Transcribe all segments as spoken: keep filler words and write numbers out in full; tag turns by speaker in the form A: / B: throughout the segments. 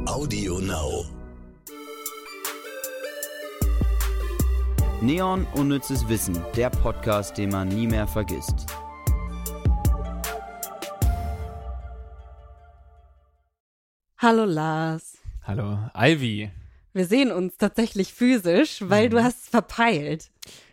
A: Audio Now.
B: Neon Unnützes Wissen, der Podcast, den man nie mehr vergisst.
C: Hallo Lars.
D: Hallo Ivy.
C: Wir sehen uns tatsächlich physisch, weil mhm. du hast es verpeilt.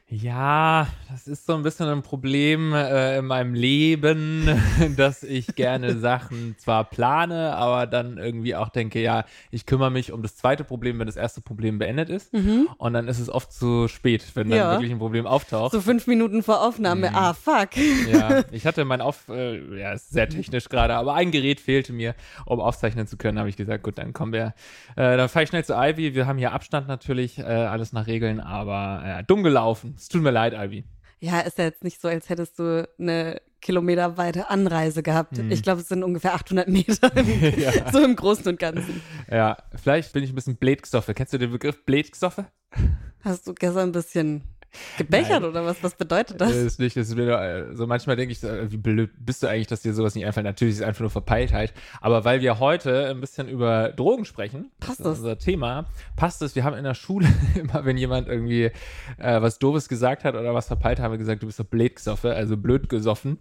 D: Ja, das ist so ein bisschen ein Problem äh, in meinem Leben, dass ich gerne Sachen zwar plane, aber dann irgendwie auch denke, ja, ich kümmere mich um das zweite Problem, wenn das erste Problem beendet ist. Mhm. Und dann ist es oft zu spät, wenn dann ja. wirklich ein Problem auftaucht.
C: So fünf Minuten vor Aufnahme, mhm. ah, fuck.
D: Ja, ich hatte mein Auf... Äh, ja, ist sehr technisch gerade, aber ein Gerät fehlte mir, um aufzeichnen zu können. Da habe ich gesagt, gut, dann kommen wir... Äh, dann fahre ich schnell zu Ivy. Wir haben hier Abstand natürlich, äh, alles nach Regeln, aber äh, dumm gelaufen. Es tut mir leid, Ivy.
C: Ja, ist ja jetzt nicht so, als hättest du eine kilometerweite Anreise gehabt. Hm. Ich glaube, es sind ungefähr achthundert Meter, im, ja. so im Großen und Ganzen.
D: Ja, vielleicht bin ich ein bisschen blödgesoffe. Kennst du den Begriff blödgesoffe?
C: Hast du gestern ein bisschen gebechert Nein. oder was? Was bedeutet das?
D: Das ist nicht, das ist wieder, so manchmal denke ich, so, wie blöd bist du eigentlich, dass dir sowas nicht einfällt. Natürlich ist es einfach nur Verpeiltheit. Aber weil wir heute ein bisschen über Drogen sprechen,
C: passt
D: das
C: das?
D: ist unser Thema, passt es. Wir haben in der Schule immer, wenn jemand irgendwie äh, was Doofes gesagt hat oder was verpeilt, haben wir gesagt, du bist doch blödgesoffe, also blöd gesoffen.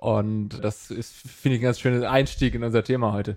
D: Und das ist, finde ich, ein ganz schöner Einstieg in unser Thema heute.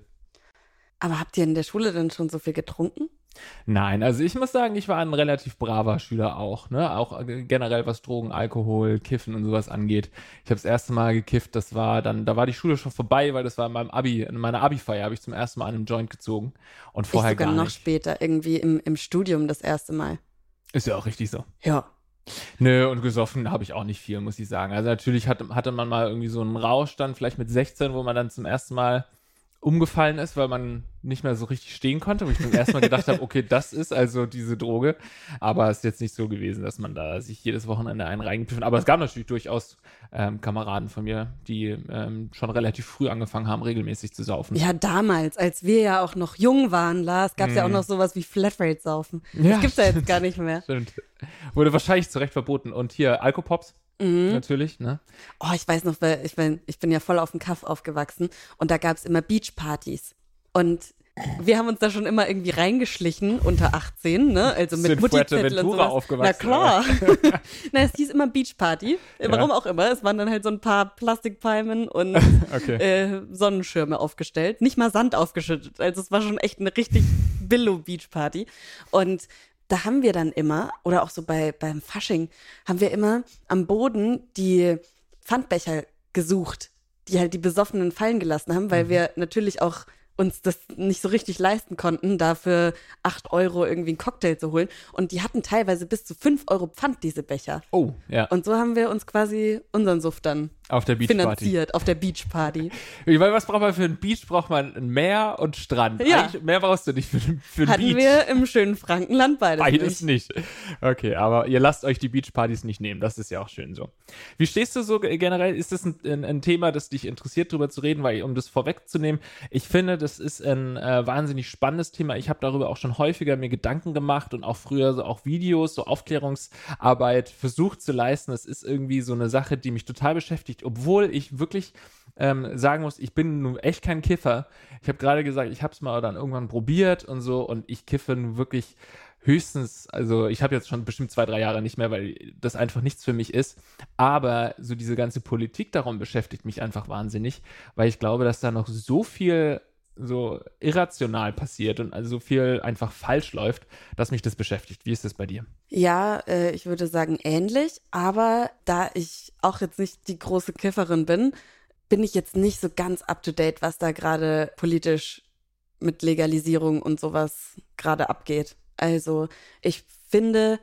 C: Aber habt ihr in der Schule denn schon so viel getrunken?
D: Nein, also ich muss sagen, ich war ein relativ braver Schüler auch, ne, auch generell was Drogen, Alkohol, Kiffen und sowas angeht. Ich habe das erste Mal gekifft, das war dann, da war die Schule schon vorbei, weil das war in meinem Abi, in meiner Abi-Feier habe ich zum ersten Mal an einem Joint gezogen und vorher
C: ich sogar
D: gar
C: noch
D: nicht.
C: Später, irgendwie im, im Studium das erste Mal.
D: Ist ja auch richtig so.
C: Ja.
D: Nö, und gesoffen habe ich auch nicht viel, muss ich sagen. Also natürlich hatte, hatte man mal irgendwie so einen Rausch dann, vielleicht mit sechzehn, wo man dann zum ersten Mal umgefallen ist, weil man nicht mehr so richtig stehen konnte, wo ich dann erstmal gedacht habe, okay, das ist also diese Droge, aber es ist jetzt nicht so gewesen, dass man da sich jedes Wochenende einen reingepfiffen hat, aber es gab natürlich durchaus ähm, Kameraden von mir, die ähm, schon relativ früh angefangen haben, regelmäßig zu saufen.
C: Ja, damals, als wir ja auch noch jung waren, Lars, gab es mm. ja auch noch sowas wie Flatrate-Saufen. Ja, das gibt's ja jetzt gar nicht mehr.
D: Stimmt. Wurde wahrscheinlich zu Recht verboten. Und hier Alkopops. Mhm. Natürlich, ne?
C: Oh, ich weiß noch, weil ich bin, ich bin ja voll auf dem Kaff aufgewachsen und da gab es immer Beachpartys. Und wir haben uns da schon immer irgendwie reingeschlichen, unter achtzehn, ne? Also mit Mutti-Zettel und sowas.
D: Aufgewachsen.
C: Na klar. Na, es hieß immer Beachparty. Warum ja. auch immer. Es waren dann halt so ein paar Plastikpalmen und okay. äh, Sonnenschirme aufgestellt. Nicht mal Sand aufgeschüttet. Also es war schon echt eine richtig Billo-Beachparty. Und da haben wir dann immer, oder auch so bei beim Fasching, haben wir immer am Boden die Pfandbecher gesucht, die halt die Besoffenen fallen gelassen haben, weil mhm. wir natürlich auch uns das nicht so richtig leisten konnten, da für acht Euro irgendwie einen Cocktail zu holen. Und die hatten teilweise bis zu fünf Euro Pfand, diese Becher.
D: Oh, ja.
C: Und so haben wir uns quasi unseren Suft dann
D: auf der Beachparty
C: finanziert, auf der Beachparty.
D: Weil was braucht man für ein Beach? Braucht man ein Meer und Strand.
C: Ja.
D: Eigentlich, mehr brauchst du nicht für, für ein
C: Hatten
D: Beach.
C: wir im schönen Frankenland beides,
D: beides
C: nicht.
D: nicht. Okay, aber ihr lasst euch die Beachpartys nicht nehmen. Das ist ja auch schön so. Wie stehst du so generell? Ist das ein, ein, ein Thema, das dich interessiert, drüber zu reden? Weil, um das vorwegzunehmen, ich finde, das ist ein äh, wahnsinnig spannendes Thema. Ich habe darüber auch schon häufiger mir Gedanken gemacht und auch früher so auch Videos, so Aufklärungsarbeit versucht zu leisten. Es ist irgendwie so eine Sache, die mich total beschäftigt, obwohl ich wirklich ähm, sagen muss, ich bin nun echt kein Kiffer. Ich habe gerade gesagt, ich habe es mal dann irgendwann probiert und so und ich kiffe nun wirklich höchstens, also ich habe jetzt schon bestimmt zwei, drei Jahre nicht mehr, weil das einfach nichts für mich ist, aber so diese ganze Politik darum beschäftigt mich einfach wahnsinnig, weil ich glaube, dass da noch so viel so irrational passiert und also so viel einfach falsch läuft, dass mich das beschäftigt. Wie ist das bei dir?
C: Ja, äh, ich würde sagen ähnlich, aber da ich auch jetzt nicht die große Kifferin bin, bin ich jetzt nicht so ganz up-to-date, was da gerade politisch mit Legalisierung und sowas gerade abgeht. Also ich finde,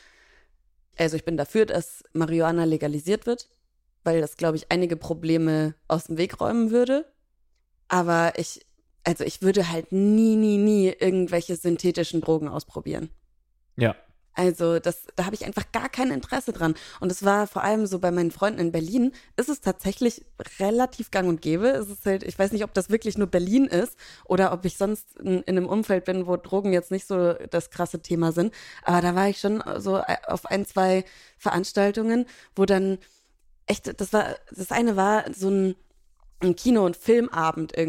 C: also ich bin dafür, dass Marihuana legalisiert wird, weil das, glaube ich, einige Probleme aus dem Weg räumen würde. Aber ich Also ich würde halt nie, nie, nie irgendwelche synthetischen Drogen ausprobieren.
D: Ja.
C: Also das, da habe ich einfach gar kein Interesse dran. Und es war vor allem so bei meinen Freunden in Berlin, ist es tatsächlich relativ gang und gäbe. Es ist halt, ich weiß nicht, ob das wirklich nur Berlin ist oder ob ich sonst in, in einem Umfeld bin, wo Drogen jetzt nicht so das krasse Thema sind. Aber da war ich schon so auf ein, zwei Veranstaltungen, wo dann echt, das war, das eine war so ein, ein Kino- und Filmabend irgendwie.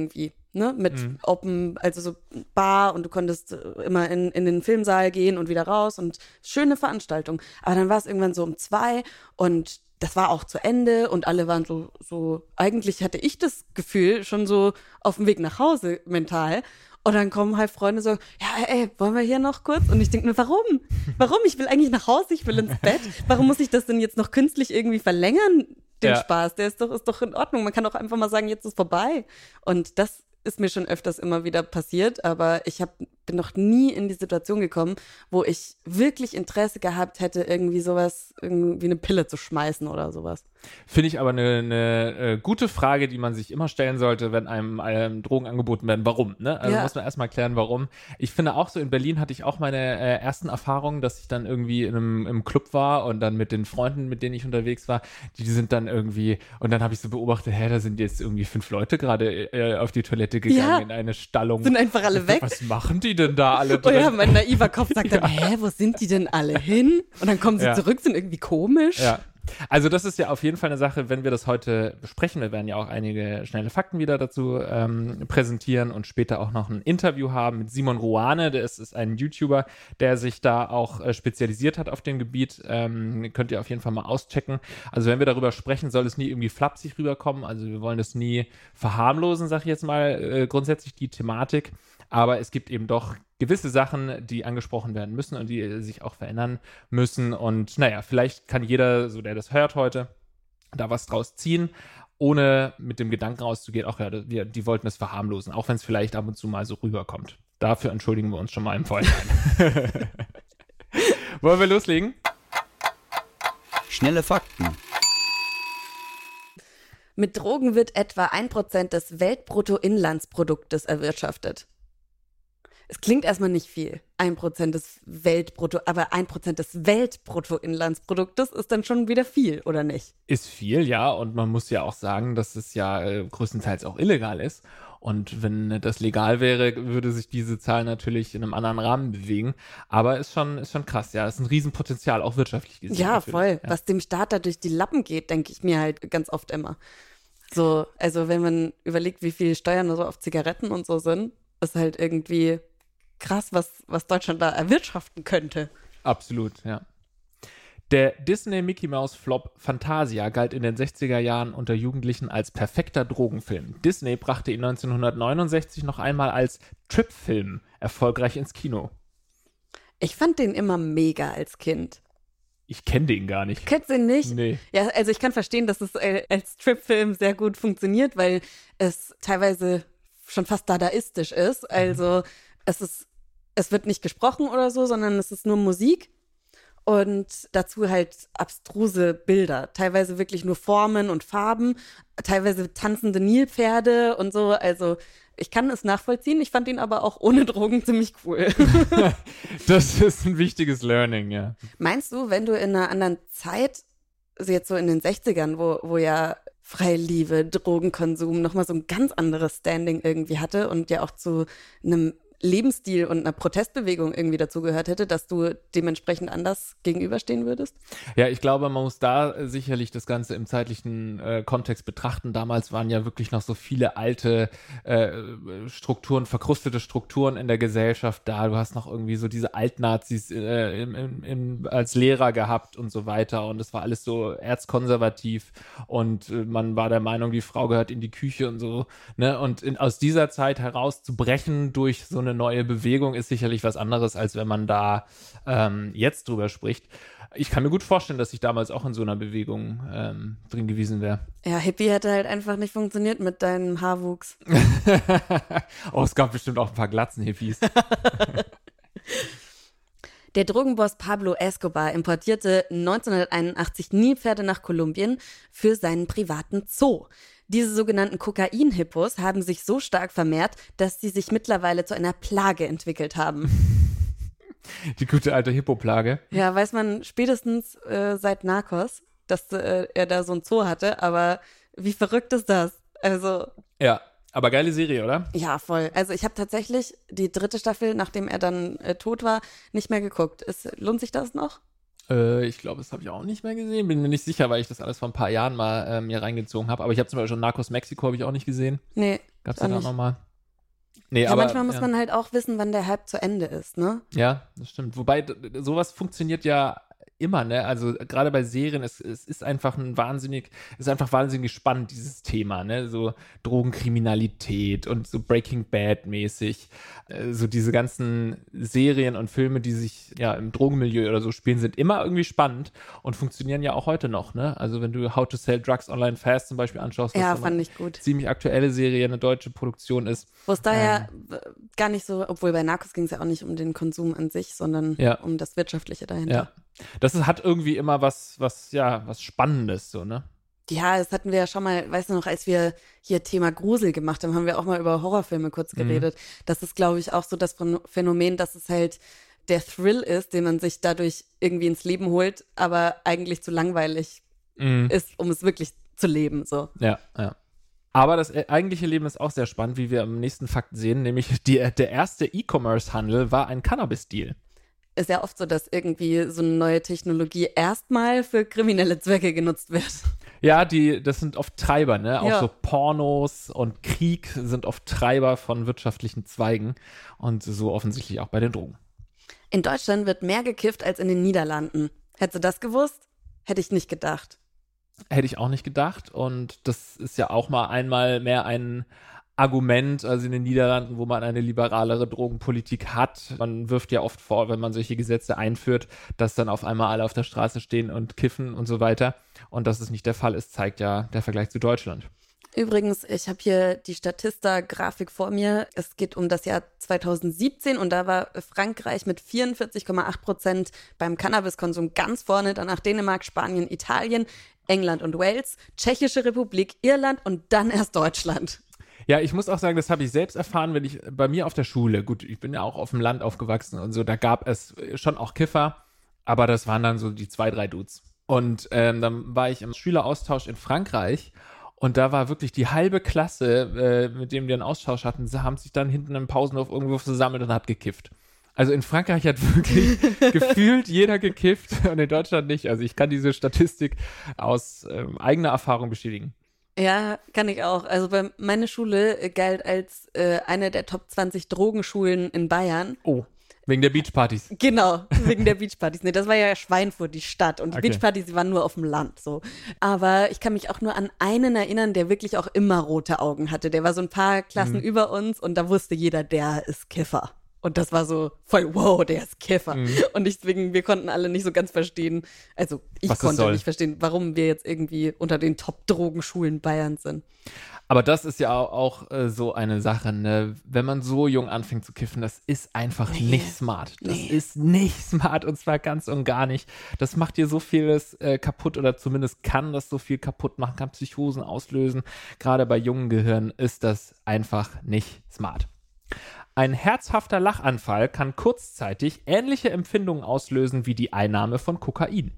C: ne, mit mhm. Open, also so Bar und du konntest immer in, in den Filmsaal gehen und wieder raus und schöne Veranstaltung. Aber dann war es irgendwann so um zwei und das war auch zu Ende und alle waren so, so, eigentlich hatte ich das Gefühl, schon so auf dem Weg nach Hause mental. Und dann kommen halt Freunde so, ja, ey, wollen wir hier noch kurz? Und ich denke mir, warum? Warum? Ich will eigentlich nach Hause, ich will ins Bett. Warum muss ich das denn jetzt noch künstlich irgendwie verlängern, den ja. Spaß? Der ist doch, ist doch in Ordnung. Man kann doch einfach mal sagen, jetzt ist vorbei. Und das ist mir schon öfters immer wieder passiert, aber ich hab, bin noch nie in die Situation gekommen, wo ich wirklich Interesse gehabt hätte, irgendwie sowas, irgendwie eine Pille zu schmeißen oder sowas.
D: Finde ich aber eine, eine äh, gute Frage, die man sich immer stellen sollte, wenn einem, einem Drogen angeboten werden. Warum? Ne? Also ja. muss man erstmal klären, warum. Ich finde auch so, in Berlin hatte ich auch meine äh, ersten Erfahrungen, dass ich dann irgendwie in einem im Club war und dann mit den Freunden, mit denen ich unterwegs war, die, die sind dann irgendwie, und dann habe ich so beobachtet, hä, da sind jetzt irgendwie fünf Leute gerade äh, auf die Toilette gegangen ja. in eine Stallung.
C: Sind einfach alle weg.
D: Was machen die denn da alle drin?
C: Oh ja, mein naiver Kopf sagt ja. dann, hä, wo sind die denn alle hin? Und dann kommen sie ja. zurück, sind irgendwie komisch.
D: Ja. Also das ist ja auf jeden Fall eine Sache, wenn wir das heute besprechen. Wir werden ja auch einige schnelle Fakten wieder dazu ähm, präsentieren und später auch noch ein Interview haben mit Simon Ruane. Der ist, ist ein YouTuber, der sich da auch äh, spezialisiert hat auf dem Gebiet. Ähm, könnt ihr auf jeden Fall mal auschecken. Also wenn wir darüber sprechen, soll es nie irgendwie flapsig rüberkommen. Also wir wollen das nie verharmlosen, sag ich jetzt mal, äh, grundsätzlich die Thematik. Aber es gibt eben doch gewisse Sachen, die angesprochen werden müssen und die sich auch verändern müssen. Und naja, vielleicht kann jeder, so der das hört heute, da was draus ziehen, ohne mit dem Gedanken rauszugehen, ach ja, die, die wollten es verharmlosen, auch wenn es vielleicht ab und zu mal so rüberkommt. Dafür entschuldigen wir uns schon mal im Vorhinein. Wollen wir loslegen?
B: Schnelle Fakten.
C: Mit Drogen wird etwa ein Prozent des Weltbruttoinlandsproduktes erwirtschaftet. Es klingt erstmal nicht viel, ein Prozent des Weltbrutto, aber ein Prozent des Weltbruttoinlandsproduktes ist dann schon wieder viel, oder nicht?
D: Ist viel, ja, und man muss ja auch sagen, dass es ja äh, größtenteils auch illegal ist. Und wenn das legal wäre, würde sich diese Zahl natürlich in einem anderen Rahmen bewegen. Aber ist schon, ist schon krass, ja. Ist ein Riesenpotenzial, auch wirtschaftlich gesehen.
C: Ja,
D: natürlich.
C: voll.
D: Ja.
C: Was dem Staat da durch die Lappen geht, denke ich mir halt ganz oft immer. So, also wenn man überlegt, wie viel Steuern so auf Zigaretten und so sind, ist halt irgendwie krass, was, was Deutschland da erwirtschaften könnte.
D: Absolut, ja. Der Disney-Mickey-Mouse-Flop Fantasia galt in den sechziger Jahren unter Jugendlichen als perfekter Drogenfilm. Disney brachte ihn neunzehnhundertneunundsechzig noch einmal als Trip-Film erfolgreich ins Kino.
C: Ich fand den immer mega als Kind.
D: Ich kenne den gar nicht.
C: Kennst du ihn nicht?
D: Nee.
C: Ja, also ich kann verstehen, dass es als Trip-Film sehr gut funktioniert, weil es teilweise schon fast dadaistisch ist. Also es ist, es wird nicht gesprochen oder so, sondern es ist nur Musik und dazu halt abstruse Bilder. Teilweise wirklich nur Formen und Farben, teilweise tanzende Nilpferde und so. Also ich kann es nachvollziehen. Ich fand ihn aber auch ohne Drogen ziemlich cool.
D: Das ist ein wichtiges Learning, ja.
C: Meinst du, wenn du in einer anderen Zeit, also jetzt so in den sechzigern, wo, wo ja freie Liebe, Drogenkonsum nochmal so ein ganz anderes Standing irgendwie hatte und ja auch zu einem Lebensstil und einer Protestbewegung irgendwie dazugehört hätte, dass du dementsprechend anders gegenüberstehen würdest?
D: Ja, ich glaube, man muss da sicherlich das Ganze im zeitlichen äh, Kontext betrachten. Damals waren ja wirklich noch so viele alte äh, Strukturen, verkrustete Strukturen in der Gesellschaft da. Du hast noch irgendwie so diese Altnazis äh, im, im, im, als Lehrer gehabt und so weiter. Und es war alles so erzkonservativ und äh, man war der Meinung, die Frau gehört in die Küche und so. Ne? Und in, aus dieser Zeit herauszubrechen durch so eine eine neue Bewegung ist sicherlich was anderes, als wenn man da ähm, jetzt drüber spricht. Ich kann mir gut vorstellen, dass ich damals auch in so einer Bewegung ähm, drin gewesen wäre.
C: Ja, Hippie hätte halt einfach nicht funktioniert mit deinem Haarwuchs.
D: Oh, es gab bestimmt auch ein paar Glatzen-Hippies.
C: Der Drogenboss Pablo Escobar importierte neunzehnhunderteinundachtzig Nilpferde nach Kolumbien für seinen privaten Zoo. Diese sogenannten Kokain-Hippos haben sich so stark vermehrt, dass sie sich mittlerweile zu einer Plage entwickelt haben.
D: Die gute alte Hippo-Plage.
C: Ja, weiß man spätestens äh, seit Narcos, dass äh, er da so ein Zoo hatte, aber wie verrückt ist das? Also
D: ja, aber geile Serie, oder?
C: Ja, voll. Also ich habe tatsächlich die dritte Staffel, nachdem er dann äh, tot war, nicht mehr geguckt. Ist, lohnt sich das noch?
D: Äh, ich glaube, das habe ich auch nicht mehr gesehen. Bin mir nicht sicher, weil ich das alles vor ein paar Jahren mal äh, mir reingezogen habe. Aber ich habe zum Beispiel schon Narcos Mexiko habe ich auch nicht gesehen.
C: Nee.
D: Gab's ja da nochmal. Nee,
C: ja,
D: aber,
C: manchmal muss
D: ja.
C: man halt auch wissen, wann der Hype zu Ende ist, ne?
D: Ja, das stimmt. Wobei, d- sowas funktioniert ja immer, ne? Also gerade bei Serien, es, es ist einfach ein wahnsinnig, es ist einfach wahnsinnig spannend, dieses Thema, ne? So Drogenkriminalität und so Breaking Bad mäßig. Äh, so diese ganzen Serien und Filme, die sich ja im Drogenmilieu oder so spielen, sind immer irgendwie spannend und funktionieren ja auch heute noch, ne? Also wenn du How to Sell Drugs Online Fast zum Beispiel anschaust, was
C: Ja,
D: so
C: fand
D: eine
C: ich gut.
D: ziemlich aktuelle Serie, eine deutsche Produktion ist.
C: Wo es daher ähm, gar nicht so, obwohl bei Narcos ging es ja auch nicht um den Konsum an sich, sondern
D: ja.
C: um das Wirtschaftliche dahinter.
D: Ja. Das ist, hat irgendwie immer was, was, ja, was Spannendes, so, ne?
C: Ja, das hatten wir ja schon mal, weißt du noch, als wir hier Thema Grusel gemacht haben, haben wir auch mal über Horrorfilme kurz geredet. Mhm. Das ist, glaube ich, auch so das Phänomen, dass es halt der Thrill ist, den man sich dadurch irgendwie ins Leben holt, aber eigentlich zu langweilig mhm. ist, um es wirklich zu leben, so.
D: Ja, ja. Aber das eigentliche Leben ist auch sehr spannend, wie wir im nächsten Fakt sehen, nämlich die, der erste E-Commerce-Handel war ein Cannabis-Deal.
C: Ist ja oft so, dass irgendwie so eine neue Technologie erstmal für kriminelle Zwecke genutzt wird.
D: Ja, die, das sind oft Treiber, ne? Auch
C: ja.
D: so Pornos und Krieg sind oft Treiber von wirtschaftlichen Zweigen und so offensichtlich auch bei den Drogen.
C: In Deutschland wird mehr gekifft als in den Niederlanden. Hättest du das gewusst? Hätte ich nicht gedacht.
D: Hätte ich auch nicht gedacht und das ist ja auch mal einmal mehr ein Argument, also in den Niederlanden, wo man eine liberalere Drogenpolitik hat. Man wirft ja oft vor, wenn man solche Gesetze einführt, dass dann auf einmal alle auf der Straße stehen und kiffen und so weiter. Und dass es nicht der Fall ist, zeigt ja der Vergleich zu Deutschland.
C: Übrigens, ich habe hier die Statista-Grafik vor mir. Es geht um das Jahr zweitausendsiebzehn und da war Frankreich mit vierundvierzig Komma acht Prozent beim Cannabiskonsum ganz vorne, danach Dänemark, Spanien, Italien, England und Wales, Tschechische Republik, Irland und dann erst Deutschland.
D: Ja, ich muss auch sagen, das habe ich selbst erfahren, wenn ich bei mir auf der Schule, gut, ich bin ja auch auf dem Land aufgewachsen und so, da gab es schon auch Kiffer, aber das waren dann so die zwei, drei Dudes. Und ähm, dann war ich im Schüleraustausch in Frankreich und da war wirklich die halbe Klasse, äh, mit dem wir einen Austausch hatten, sie haben sich dann hinten im Pausenhof irgendwo versammelt und hat gekifft. Also in Frankreich hat wirklich gefühlt jeder gekifft und in Deutschland nicht. Also ich kann diese Statistik aus ähm, eigener Erfahrung bestätigen.
C: Ja, kann ich auch. Also bei, meine Schule galt als äh, eine der Top zwanzig Drogenschulen in Bayern.
D: Oh, wegen der Beachpartys.
C: Genau, wegen der Beachpartys. Nee, das war ja Schweinfurt, die Stadt. Und die okay. Beachpartys, die waren nur auf dem Land, so. Aber ich kann mich auch nur an einen erinnern, der wirklich auch immer rote Augen hatte. Der war so ein paar Klassen mhm. über uns und da wusste jeder, der ist Kiffer. Und das war so voll, wow, der ist Kiffer. Mhm. Und deswegen, wir konnten alle nicht so ganz verstehen, also ich
D: Was
C: konnte nicht verstehen, warum wir jetzt irgendwie unter den Top-Drogenschulen Bayerns sind.
D: Aber das ist ja auch, auch äh, so eine Sache, ne? Wenn man so jung anfängt zu kiffen, das ist einfach nee. nicht smart. Das nee. ist nicht smart und zwar ganz und gar nicht. Das macht dir so vieles äh, kaputt oder zumindest kann das so viel kaputt machen, kann Psychosen auslösen. Gerade bei jungen Gehirnen ist das einfach nicht smart. Ein herzhafter Lachanfall kann kurzzeitig ähnliche Empfindungen auslösen wie die Einnahme von Kokain.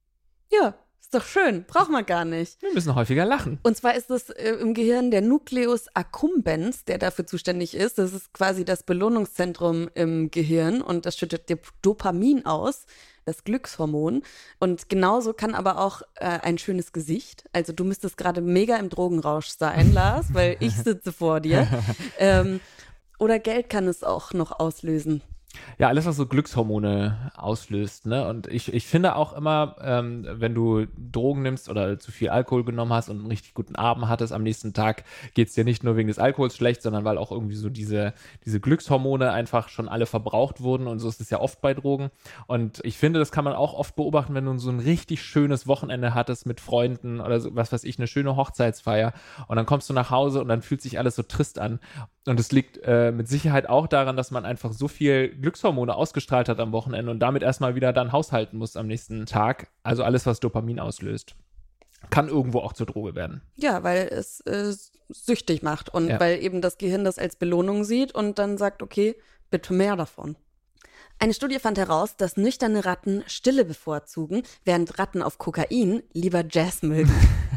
C: Ja, ist doch schön. Braucht man gar nicht.
D: Wir müssen häufiger lachen.
C: Und zwar ist es äh, im Gehirn der Nucleus accumbens, der dafür zuständig ist. Das ist quasi das Belohnungszentrum im Gehirn und das schüttet Dopamin aus, das Glückshormon. Und genauso kann aber auch äh, ein schönes Gesicht, also du müsstest gerade mega im Drogenrausch sein, Lars, weil ich sitze vor dir, ähm, oder Geld kann es auch noch auslösen.
D: Ja, alles, was so Glückshormone auslöst, ne? Und ich, ich finde auch immer, ähm, wenn du Drogen nimmst oder zu viel Alkohol genommen hast und einen richtig guten Abend hattest, am nächsten Tag geht's dir nicht nur wegen des Alkohols schlecht, sondern weil auch irgendwie so diese, diese Glückshormone einfach schon alle verbraucht wurden und so ist es ja oft bei Drogen. Und ich finde, das kann man auch oft beobachten, wenn du so ein richtig schönes Wochenende hattest mit Freunden oder so, was weiß ich, eine schöne Hochzeitsfeier und dann kommst du nach Hause und dann fühlt sich alles so trist an. Und es liegt äh, mit Sicherheit auch daran, dass man einfach so viel Glückshormone ausgestrahlt hat am Wochenende und damit erstmal wieder dann haushalten muss am nächsten Tag. Also alles, was Dopamin auslöst, kann irgendwo auch zur Droge werden.
C: Ja, weil es äh, süchtig macht und
D: ja.
C: weil eben das Gehirn das als Belohnung sieht und dann sagt, okay, bitte mehr davon. Eine Studie fand heraus, dass nüchterne Ratten Stille bevorzugen, während Ratten auf Kokain lieber Jazz mögen.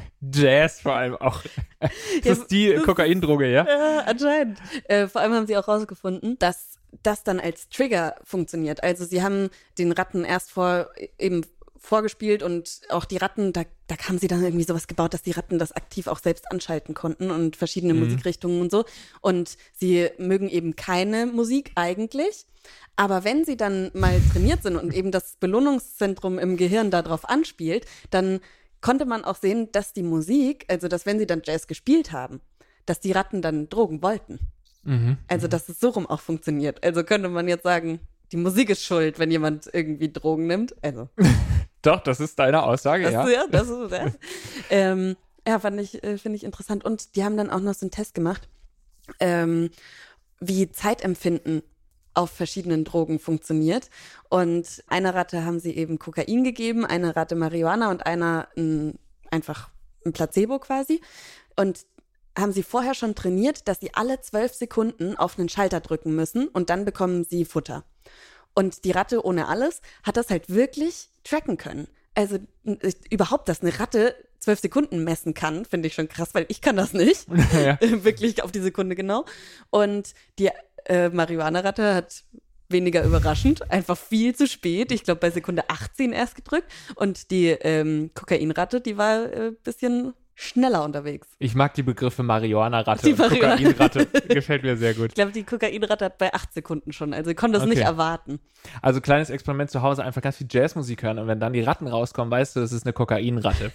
D: Jazz vor allem auch. Das ja, ist die das, Kokaindroge, ja?
C: Ja, anscheinend. Äh, vor allem haben sie auch rausgefunden, dass das dann als Trigger funktioniert. Also sie haben den Ratten erst vor eben vorgespielt und auch die Ratten, da, da haben sie dann irgendwie sowas gebaut, dass die Ratten das aktiv auch selbst anschalten konnten und verschiedene mhm. Musikrichtungen und so. Und sie mögen eben keine Musik eigentlich. Aber wenn sie dann mal trainiert sind und eben das Belohnungszentrum im Gehirn darauf anspielt, dann konnte man auch sehen, dass die Musik, also dass wenn sie dann Jazz gespielt haben, dass die Ratten dann Drogen wollten. Mhm. Also dass es so rum auch funktioniert. Also könnte man jetzt sagen, die Musik ist schuld, wenn jemand irgendwie Drogen nimmt. Also.
D: Doch, das ist deine Aussage,
C: das,
D: ja.
C: Ja, das ist ja. ähm, ja, fand ich, äh, finde ich interessant. Und die haben dann auch noch so einen Test gemacht, ähm, wie Zeitempfinden auf verschiedenen Drogen funktioniert. Und einer Ratte haben sie eben Kokain gegeben, einer Ratte Marihuana und einer ein, einfach ein Placebo quasi. Und haben sie vorher schon trainiert, dass sie alle zwölf Sekunden auf einen Schalter drücken müssen und dann bekommen sie Futter. Und die Ratte ohne alles hat das halt wirklich tracken können. Also überhaupt, dass eine Ratte zwölf Sekunden messen kann, finde ich schon krass, weil ich kann das nicht. Ja. Wirklich auf die Sekunde genau. Und die äh, Marihuana-Ratte hat weniger überraschend, einfach viel zu spät. Ich glaube, bei Sekunde achtzehn erst gedrückt. Und die ähm, Kokainratte, die war ein äh, bisschen schneller unterwegs.
D: Ich mag die Begriffe Marihuana-Ratte und Marihuana- Kokainratte. Gefällt mir sehr gut.
C: Ich glaube, die Kokainratte hat bei acht Sekunden schon. Also ich konnte das okay. nicht erwarten.
D: Also kleines Experiment zu Hause, einfach ganz viel Jazzmusik hören und wenn dann die Ratten rauskommen, weißt du, das ist eine Kokainratte.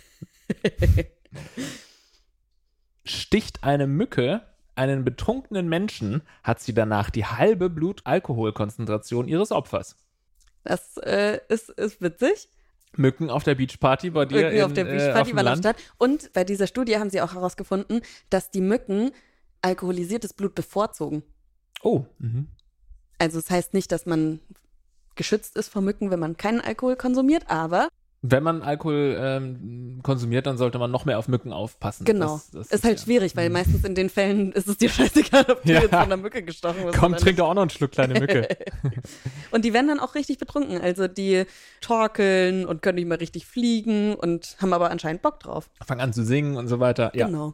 D: Sticht eine Mücke einen betrunkenen Menschen, hat sie danach die halbe Blutalkoholkonzentration ihres Opfers.
C: Das äh, ist, ist witzig.
D: Mücken auf der Beachparty bei dir in,
C: auf der Beachparty äh, Wallerstadt. Und bei dieser Studie haben sie auch herausgefunden, dass die Mücken alkoholisiertes Blut bevorzugen.
D: Oh. Mhm.
C: Also das heißt nicht, dass man geschützt ist vor Mücken, wenn man keinen Alkohol konsumiert, aber
D: wenn man Alkohol ähm, konsumiert, dann sollte man noch mehr auf Mücken aufpassen.
C: Genau. Das, das ist, ist halt ja schwierig, weil meistens in den Fällen ist es dir scheißegal, ob du ja. jetzt von einer Mücke gestochen wirst.
D: Komm, trink doch auch noch einen Schluck, kleine Mücke.
C: Und die werden dann auch richtig betrunken. Also die torkeln und können nicht mehr richtig fliegen und haben aber anscheinend Bock drauf.
D: Fangen an zu singen und so weiter. Ja.
C: Genau.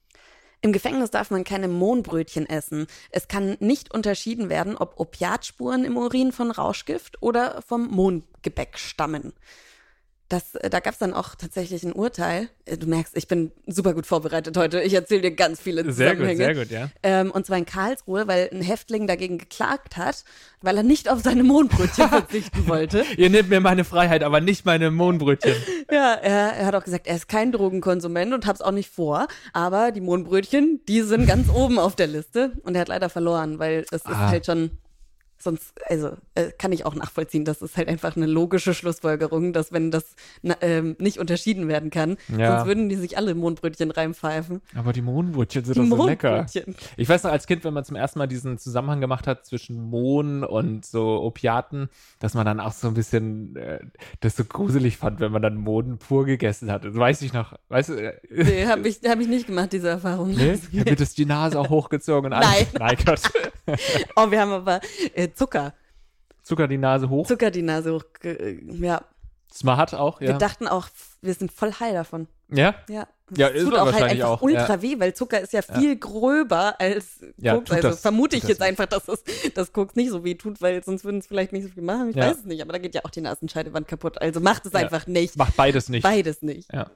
C: Im Gefängnis darf man keine Mohnbrötchen essen. Es kann nicht unterschieden werden, ob Opiatspuren im Urin von Rauschgift oder vom Mohngebäck stammen. Das, da gab es dann auch tatsächlich ein Urteil. Du merkst, ich bin super gut vorbereitet heute. Ich erzähle dir ganz viele Zusammenhänge.
D: Sehr gut, sehr gut, ja.
C: Ähm, und zwar in Karlsruhe, weil ein Häftling dagegen geklagt hat, weil er nicht auf seine Mohnbrötchen verzichten wollte.
D: Ihr nehmt mir meine Freiheit, aber nicht meine Mohnbrötchen.
C: Ja, er, er hat auch gesagt, er ist kein Drogenkonsument und hab's auch nicht vor. Aber die Mohnbrötchen, die sind ganz oben auf der Liste. Und er hat leider verloren, weil es ah. ist halt schon... Sonst, also äh, kann ich auch nachvollziehen, das ist halt einfach eine logische Schlussfolgerung, dass wenn das na, ähm, nicht unterschieden werden kann, ja. sonst würden die sich alle Mohnbrötchen reinpfeifen.
D: Aber die Mohnbrötchen sind die doch so lecker. Ich weiß noch, als Kind, wenn man zum ersten Mal diesen Zusammenhang gemacht hat zwischen Mohn und so Opiaten, dass man dann auch so ein bisschen äh, das so gruselig fand, wenn man dann Mohn pur gegessen hat. Das weiß ich noch. Weißt du? Äh,
C: nee, habe ich, hab ich nicht gemacht, diese Erfahrung.
D: Nee? Ich habe mir das die Nase auch hochgezogen und alles.
C: Nein.
D: Nein, Gott.
C: Oh, wir haben aber äh, Zucker.
D: Zucker die Nase hoch?
C: Zucker die Nase hoch, äh, ja.
D: Smart auch, ja.
C: Wir dachten auch, wir sind voll heil davon.
D: Ja?
C: Ja.
D: Ja, ist
C: tut
D: auch
C: auch halt
D: wahrscheinlich
C: einfach
D: auch.
C: ultra
D: ja.
C: weh, weil Zucker ist ja viel ja. gröber als
D: ja,
C: Koks. Also
D: das,
C: vermute ich
D: das
C: jetzt
D: nicht.
C: einfach, dass es dass Koks nicht so weh tut, weil sonst würden es vielleicht nicht so viel machen. Ich
D: ja.
C: weiß es nicht, aber da geht ja auch die Nasenscheidewand kaputt. Also macht es
D: ja.
C: einfach nicht.
D: Macht beides nicht.
C: Beides nicht.
D: Ja.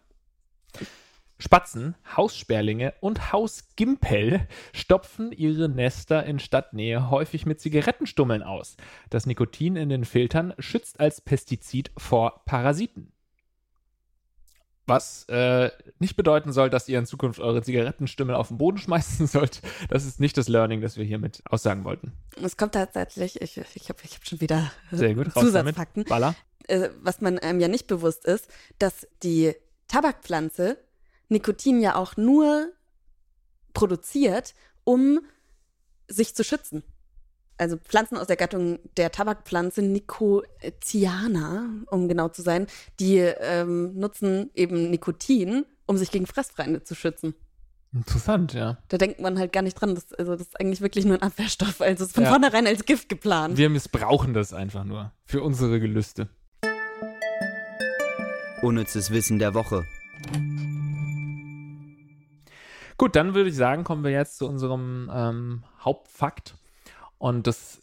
D: Spatzen, Haussperlinge und Hausgimpel stopfen ihre Nester in Stadtnähe häufig mit Zigarettenstummeln aus. Das Nikotin in den Filtern schützt als Pestizid vor Parasiten. Was äh, nicht bedeuten soll, dass ihr in Zukunft eure Zigarettenstummel auf den Boden schmeißen sollt. Das ist nicht das Learning, das wir hiermit aussagen wollten.
C: Es kommt tatsächlich, ich, ich habe ich hab schon wieder
D: Sehr gut,
C: Zusatzfakten.
D: Baller.
C: Äh, was man einem ja nicht bewusst ist, dass die Tabakpflanze Nikotin ja auch nur produziert, um sich zu schützen. Also Pflanzen aus der Gattung der Tabakpflanze Nicotiana, um genau zu sein, die ähm, nutzen eben Nikotin, um sich gegen Fressfeinde zu schützen.
D: Interessant, ja.
C: Da denkt man halt gar nicht dran. Das, also das ist eigentlich wirklich nur ein Abwehrstoff. Also es ist von
D: ja.
C: vornherein als Gift geplant.
D: Wir missbrauchen das einfach nur für unsere Gelüste.
B: Unnützes Wissen der Woche.
D: Gut, dann würde ich sagen, kommen wir jetzt zu unserem ähm, Hauptfakt. Und das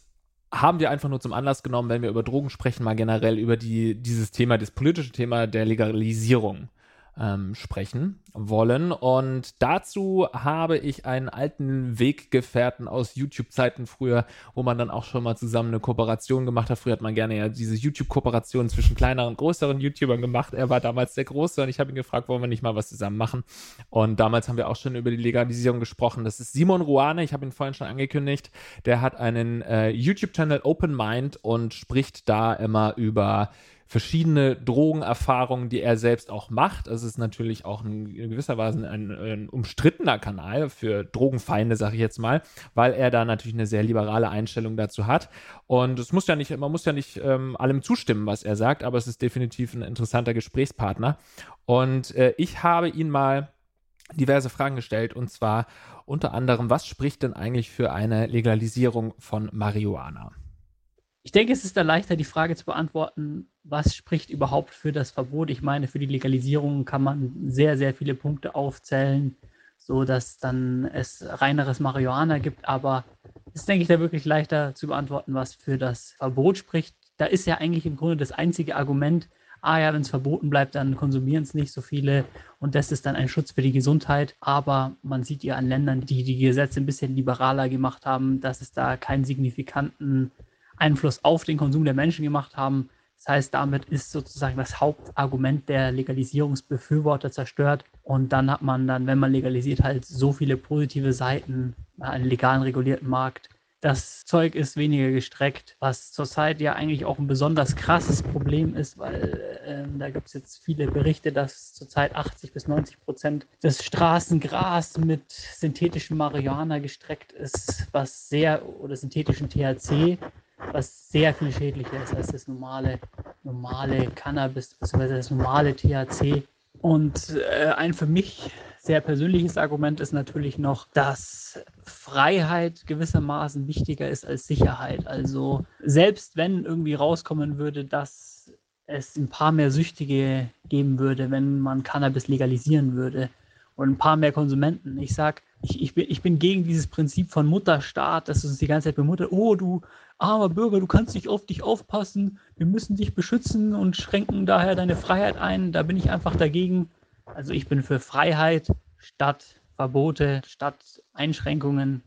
D: haben wir einfach nur zum Anlass genommen, wenn wir über Drogen sprechen, mal generell über die, dieses Thema, das politische Thema der Legalisierung ähm, sprechen wollen. Und dazu habe ich einen alten Weggefährten aus YouTube-Zeiten früher, wo man dann auch schon mal zusammen eine Kooperation gemacht hat. Früher hat man gerne ja diese YouTube-Kooperation zwischen kleineren und größeren YouTubern gemacht. Er war damals der Große und ich habe ihn gefragt, wollen wir nicht mal was zusammen machen? Und damals haben wir auch schon über die Legalisierung gesprochen. Das ist Simon Ruane, ich habe ihn vorhin schon angekündigt. Der hat einen äh, YouTube-Channel Open Mind und spricht da immer über verschiedene Drogenerfahrungen, die er selbst auch macht. Es ist natürlich auch ein, in gewisser Weise ein, ein umstrittener Kanal für Drogenfeinde, sage ich jetzt mal, weil er da natürlich eine sehr liberale Einstellung dazu hat. Und es muss ja nicht, man muss ja nicht ähm, allem zustimmen, was er sagt, aber es ist definitiv ein interessanter Gesprächspartner. Und äh, ich habe ihn mal diverse Fragen gestellt, und zwar unter anderem, was spricht denn eigentlich für eine Legalisierung von Marihuana?
A: Ich denke, es ist da leichter, die Frage zu beantworten, was spricht überhaupt für das Verbot? Ich meine, für die Legalisierung kann man sehr, sehr viele Punkte aufzählen, so dass dann es reineres Marihuana gibt, aber es ist, denke ich, da wirklich leichter zu beantworten, was für das Verbot spricht. Da ist ja eigentlich im Grunde das einzige Argument, ah ja, wenn es verboten bleibt, dann konsumieren es nicht so viele und das ist dann ein Schutz für die Gesundheit. Aber man sieht ja an Ländern, die die Gesetze ein bisschen liberaler gemacht haben, dass es da keinen signifikanten Einfluss auf den Konsum der Menschen gemacht haben. Das heißt, damit ist sozusagen das Hauptargument der Legalisierungsbefürworter zerstört. Und dann hat man dann, wenn man legalisiert, halt so viele positive Seiten, einen legalen, regulierten Markt. Das Zeug ist weniger gestreckt, was zurzeit ja eigentlich auch ein besonders krasses Problem ist, weil äh, da gibt es jetzt viele Berichte, dass zurzeit achtzig bis neunzig Prozent des Straßengras mit synthetischem Marihuana gestreckt ist, was sehr, oder synthetischen T H C, was sehr viel schädlicher ist als das normale, normale Cannabis, beziehungsweise das normale T H C. Und äh, ein für mich sehr persönliches Argument ist natürlich noch, dass Freiheit gewissermaßen wichtiger ist als Sicherheit. Also selbst wenn irgendwie rauskommen würde, dass es ein paar mehr Süchtige geben würde, wenn man Cannabis legalisieren würde und ein paar mehr Konsumenten. Ich sag, ich, ich, bin, ich bin gegen dieses Prinzip von Mutterstaat, dass uns die ganze Zeit bemuttert, oh du armer Bürger, du kannst nicht auf dich aufpassen, wir müssen dich beschützen und schränken daher deine Freiheit ein. Da bin ich einfach dagegen. Also ich bin für Freiheit statt Verbote, statt Einschränkungen.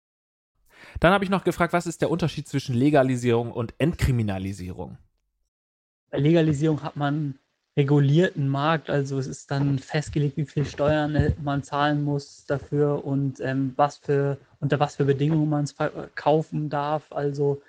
D: Dann habe ich noch gefragt, was ist der Unterschied zwischen Legalisierung und Entkriminalisierung?
A: Bei Legalisierung hat man regulierten Markt, also es ist dann festgelegt, wie viel Steuern man zahlen muss dafür und ähm, was für, unter was für Bedingungen man es verkaufen darf. Also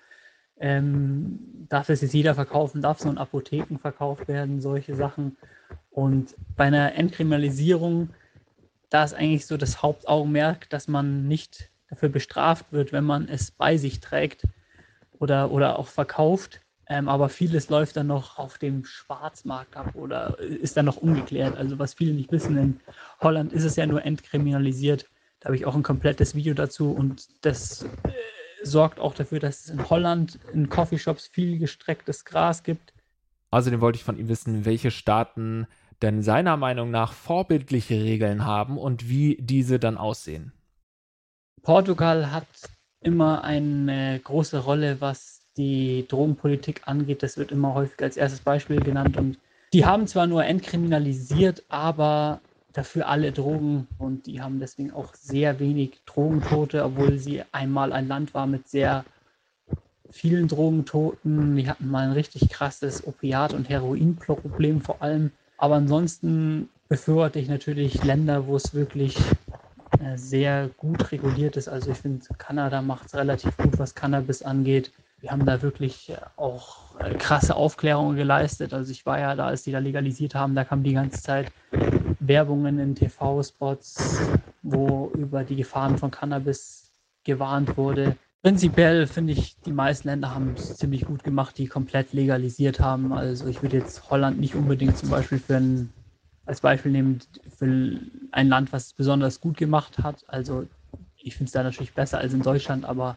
A: ähm, darf es jetzt jeder verkaufen, darf es nur in Apotheken verkauft werden, solche Sachen. Und bei einer Entkriminalisierung, da ist eigentlich so das Hauptaugenmerk, dass man nicht dafür bestraft wird, wenn man es bei sich trägt oder, oder auch verkauft. Ähm, aber vieles läuft dann noch auf dem Schwarzmarkt ab oder ist dann noch ungeklärt. Also was viele nicht wissen, in Holland ist es ja nur entkriminalisiert. Da habe ich auch ein komplettes Video dazu und das äh, sorgt auch dafür, dass es in Holland in Coffeeshops viel gestrecktes Gras gibt.
D: Außerdem wollte ich von ihm wissen, welche Staaten denn seiner Meinung nach vorbildliche Regeln haben und wie diese dann aussehen.
A: Portugal hat immer eine große Rolle, was die Drogenpolitik angeht. Das wird immer häufig als erstes Beispiel genannt. Und die haben zwar nur entkriminalisiert, aber dafür alle Drogen. Und die haben deswegen auch sehr wenig Drogentote, obwohl sie einmal ein Land war mit sehr vielen Drogentoten. Die hatten mal ein richtig krasses Opiat- und Heroinproblem vor allem. Aber ansonsten befürworte ich natürlich Länder, wo es wirklich äh, sehr gut reguliert ist. Also ich finde, Kanada macht es relativ gut, was Cannabis angeht. Wir haben da wirklich auch äh, krasse Aufklärungen geleistet. Also ich war ja da, als die da legalisiert haben, da kam die ganze Zeit Werbungen in T V-Spots, wo über die Gefahren von Cannabis gewarnt wurde. Prinzipiell finde ich, die meisten Länder haben es ziemlich gut gemacht, die komplett legalisiert haben. Also ich würde jetzt Holland nicht unbedingt zum Beispiel für ein, als Beispiel nehmen, für ein Land, was es besonders gut gemacht hat. Also ich finde es da natürlich besser als in Deutschland, aber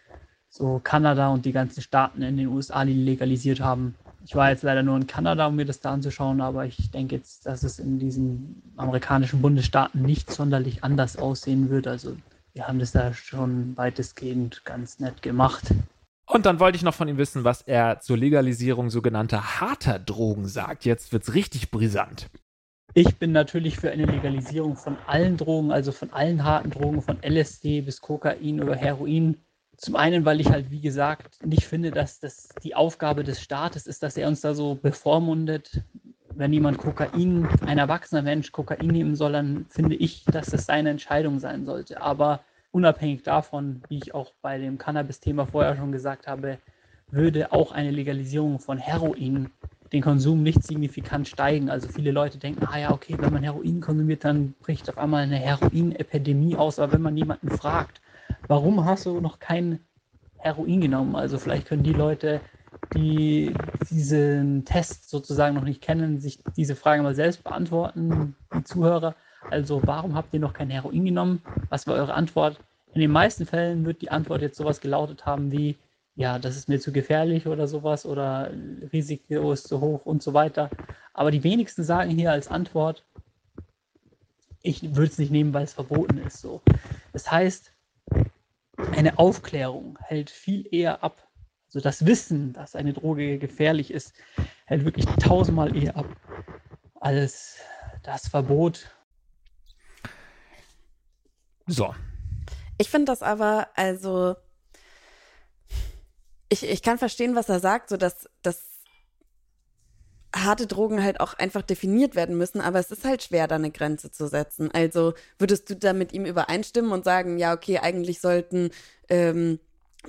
A: so Kanada und die ganzen Staaten in den U S A, die legalisiert haben. Ich war jetzt leider nur in Kanada, um mir das da anzuschauen, aber ich denke jetzt, dass es in diesen amerikanischen Bundesstaaten nicht sonderlich anders aussehen wird. Also wir haben das da schon weitestgehend ganz nett gemacht.
D: Und dann wollte ich noch von ihm wissen, was er zur Legalisierung sogenannter harter Drogen sagt. Jetzt wird's richtig brisant.
A: Ich bin natürlich für eine Legalisierung von allen Drogen, also von allen harten Drogen, von L S D bis Kokain oder Heroin. Zum einen, weil ich halt, wie gesagt, nicht finde, dass das die Aufgabe des Staates ist, dass er uns da so bevormundet. Wenn jemand Kokain, ein erwachsener Mensch Kokain nehmen soll, dann finde ich, dass das seine Entscheidung sein sollte. Aber unabhängig davon, wie ich auch bei dem Cannabis-Thema vorher schon gesagt habe, würde auch eine Legalisierung von Heroin den Konsum nicht signifikant steigen. Also viele Leute denken, ah ja, okay, wenn man Heroin konsumiert, dann bricht auf einmal eine Heroinepidemie aus. Aber wenn man jemanden fragt, warum hast du noch kein Heroin genommen? Also vielleicht können die Leute, die diesen Test sozusagen noch nicht kennen, sich diese Frage mal selbst beantworten, die Zuhörer. Also warum habt ihr noch kein Heroin genommen? Was war eure Antwort? In den meisten Fällen wird die Antwort jetzt sowas gelautet haben wie, ja, das ist mir zu gefährlich oder sowas oder Risiko ist zu hoch und so weiter. Aber die wenigsten sagen hier als Antwort, ich würde es nicht nehmen, weil es verboten ist. So. Das heißt, eine Aufklärung hält viel eher ab. Also das Wissen, dass eine Droge gefährlich ist, hält wirklich tausendmal eher ab als das Verbot.
D: So.
C: Ich finde das aber, also ich, ich kann verstehen, was er sagt, so dass, dass harte Drogen halt auch einfach definiert werden müssen, aber es ist halt schwer, da eine Grenze zu setzen. Also würdest du da mit ihm übereinstimmen und sagen, ja, okay, eigentlich sollten ähm,